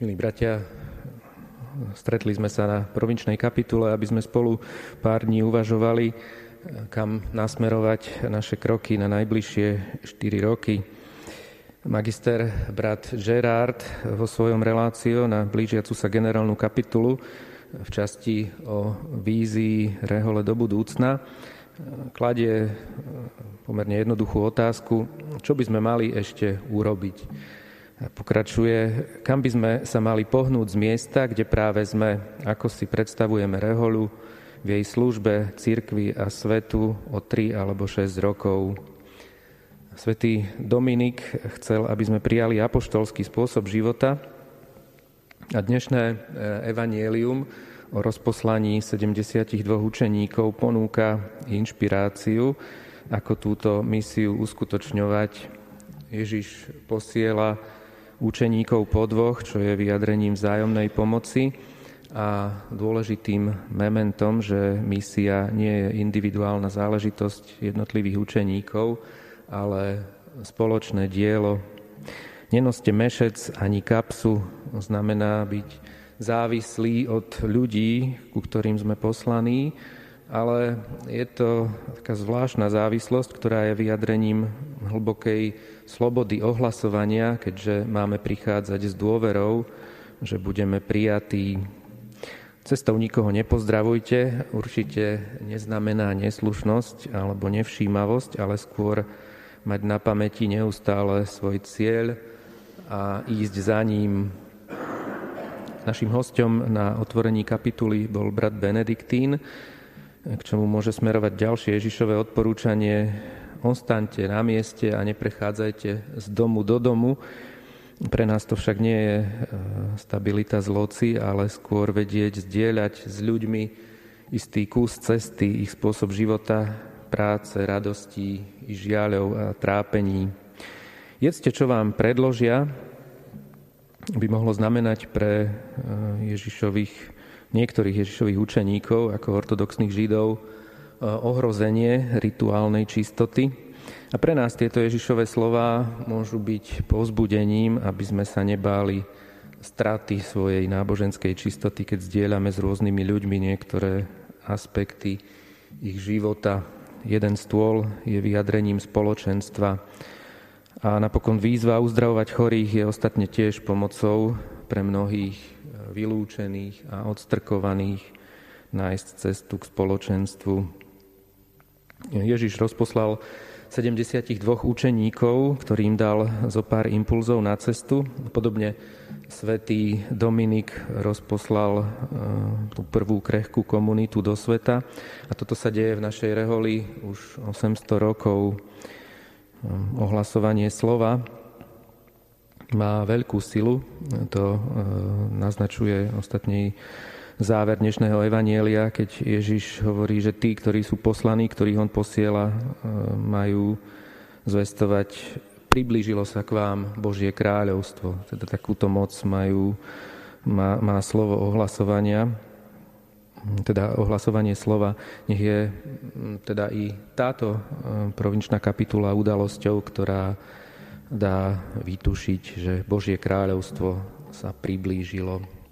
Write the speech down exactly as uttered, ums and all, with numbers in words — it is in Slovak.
Milí bratia, stretli sme sa na provinčnej kapitule, aby sme spolu pár dní uvažovali, kam nasmerovať naše kroky na najbližšie štyri roky. Magister brat Gerard vo svojom reláciu na blížiacu sa generálnu kapitulu v časti o vízii rehole do budúcna kladie pomerne jednoduchú otázku, čo by sme mali ešte urobiť. Pokračuje, kam by sme sa mali pohnúť z miesta, kde práve sme, ako si predstavujeme reholu v jej službe cirkvi a svetu o tri alebo šesť rokov. Svätý Dominik chcel, aby sme prijali apoštolský spôsob života a dnešné evanjelium o rozposlaní sedemdesiatdva učeníkov ponúka inšpiráciu, ako túto misiu uskutočňovať. Ježiš posiela učeníkov po dvoch, čo je vyjadrením vzájomnej pomoci a dôležitým mementom, že misia nie je individuálna záležitosť jednotlivých učeníkov, ale spoločné dielo. Nenoste mešec ani kapsu, znamená byť závislí od ľudí, ku ktorým sme poslaní, ale je to taká zvláštna závislosť, ktorá je vyjadrením hlbokej slobody ohlasovania, keďže máme prichádzať s dôverou, že budeme prijatí. Cestou nikoho nepozdravujte, určite neznamená neslušnosť alebo nevšímavosť, ale skôr mať na pamäti neustále svoj cieľ a ísť za ním. Naším hosťom na otvorení kapituly bol brat Benediktín, k čomu môže smerovať ďalšie Ježišové odporúčanie: ostaňte na mieste a neprechádzajte z domu do domu. Pre nás to však nie je stabilita z loci, ale skôr vedieť zdieľať s ľuďmi istý kus cesty, ich spôsob života, práce, radostí, i žiaľov a trápení. Jedzte, čo vám predložia, by mohlo znamenať pre Ježišových niektorých Ježišových učeníkov, ako ortodoxných Židov, ohrozenie rituálnej čistoty. A pre nás tieto Ježišove slová môžu byť povzbudením, aby sme sa nebáli straty svojej náboženskej čistoty, keď zdieľame s rôznymi ľuďmi niektoré aspekty ich života. Jeden stôl je vyjadrením spoločenstva. A napokon výzva uzdravovať chorých je ostatne tiež pomocou pre mnohých vylúčených a odstrkovaných nájsť cestu k spoločenstvu. Ježiš rozposlal sedemdesiatdva učeníkov, ktorým dal zo pár impulzov na cestu. Podobne svätý Dominik rozposlal tú prvú krehkú komunitu do sveta. A toto sa deje v našej reholi už osemsto rokov. Ohlasovanie slova má veľkú silu, to naznačuje ostatný záver dnešného evanjelia, keď Ježiš hovorí, že tí, ktorí sú poslaní, ktorých on posiela, majú zvestovať: priblížilo sa k vám Božie kráľovstvo. Teda takúto moc majú, má, má slovo ohlasovania, teda ohlasovanie slova. Nech je teda i táto provinčná kapitula udalosťou, ktorá dá vytušiť, že Božie kráľovstvo sa priblížilo.